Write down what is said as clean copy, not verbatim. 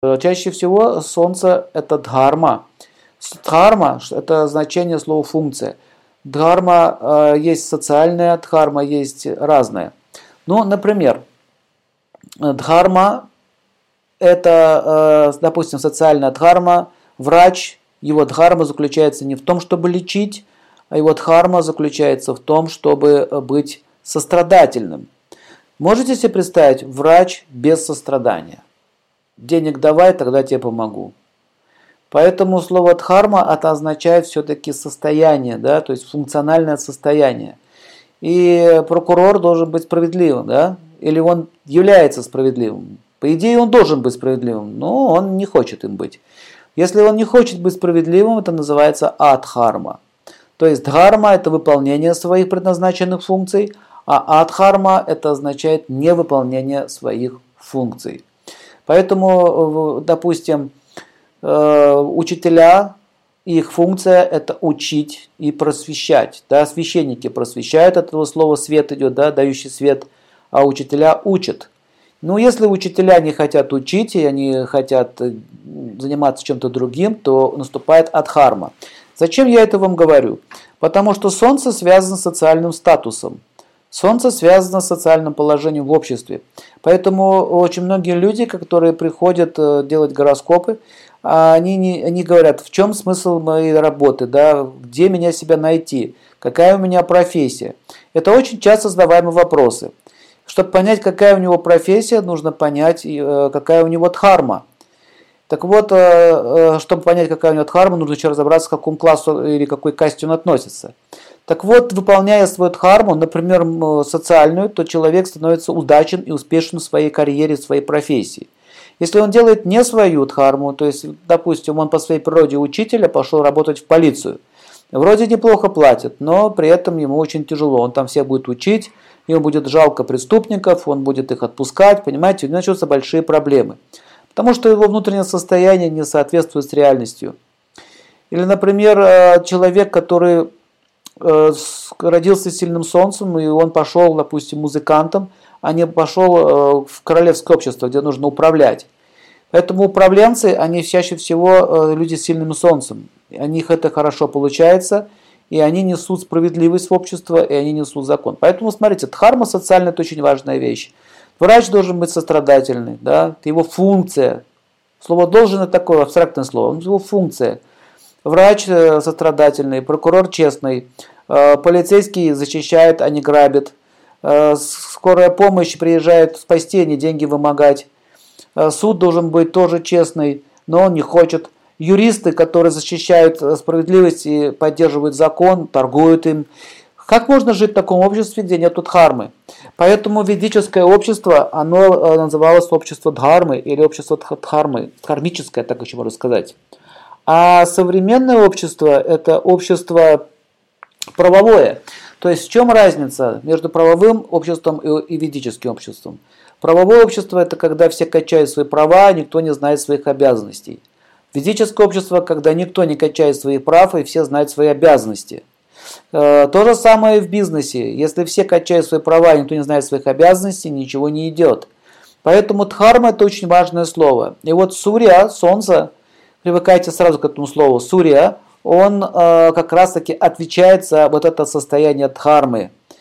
Чаще всего Солнце это дхарма. Дхарма это значение слова функция. Дхарма есть социальная, дхарма есть разная. Ну, например, дхарма это, допустим, социальная дхарма. Врач, его дхарма заключается не в том, чтобы лечить, а его дхарма заключается в том, чтобы быть сострадательным. Можете себе представить врач без сострадания? Денег давай, тогда тебе помогу. Поэтому слово дхарма это означает все-таки состояние, да, то есть функциональное состояние. И прокурор должен быть справедливым, да, или он является справедливым. По идее он должен быть справедливым, но он не хочет им быть. Если он не хочет быть справедливым, это называется адхарма. То есть дхарма это выполнение своих предназначенных функций, а адхарма это означает невыполнение своих функций. Поэтому, допустим, учителя, их функция это учить и просвещать. Да? Священники просвещают, от этого слова свет идет, да, дающий свет, а учителя учат. Но если учителя не хотят учить, и они хотят заниматься чем-то другим, то наступает адхарма. Зачем я это вам говорю? Потому что Солнце связано с социальным статусом. Солнце связано с социальным положением в обществе. Поэтому очень многие люди, которые приходят делать гороскопы, они говорят, в чем смысл моей работы, да, где меня себя найти, какая у меня профессия. Это очень часто задаваемые вопросы. Чтобы понять, какая у него профессия, нужно понять, какая у него дхарма. Так вот, чтобы понять, какая у него дхарма, нужно еще разобраться, к какому классу или какой касте он относится. Так вот, выполняя свою дхарму, например, социальную, то человек становится удачен и успешен в своей карьере, в своей профессии. Если он делает не свою дхарму, то есть, допустим, он по своей природе учитель, а пошел работать в полицию. Вроде неплохо платят, но при этом ему очень тяжело. Он там всех будет учить, ему будет жалко преступников, он будет их отпускать, понимаете, у него начнутся большие проблемы. Потому что его внутреннее состояние не соответствует с реальностью. Или, например, человек, который родился с сильным солнцем, и он пошел, допустим, музыкантом, а не пошел в королевское общество, где нужно управлять. Поэтому управленцы, они чаще всего люди с сильным солнцем. У них это хорошо получается, и они несут справедливость в общество, и они несут закон. Поэтому, смотрите, дхарма социальная – это очень важная вещь. Врач должен быть сострадательный, да? Это его функция. Слово «должен» – это такое абстрактное слово, это его функция. Врач сострадательный, прокурор честный, полицейский защищает, а не грабит. Скорая помощь приезжает спасти, а не деньги вымогать. Суд должен быть тоже честный, но он не хочет. Юристы, которые защищают справедливость и поддерживают закон, торгуют им. Как можно жить в таком обществе, где нет дхармы? Поэтому ведическое общество, оно называлось общество дхармы или общество дхармы, дхармическое, так еще можно сказать. А современное общество – это общество правовое. То есть в чем разница между правовым обществом и ведическим обществом? Правовое общество – это когда все качают свои права, никто не знает своих обязанностей. Ведическое общество – когда никто не качает своих прав и все знают свои обязанности. То же самое и в бизнесе. Если все качают свои права и никто не знает своих обязанностей, ничего не идет. Поэтому дхарма – это очень важное слово. И вот Сурья, Солнце, привыкайте сразу к этому слову, Сурья, он как раз таки отвечает за вот это состояние дхармы.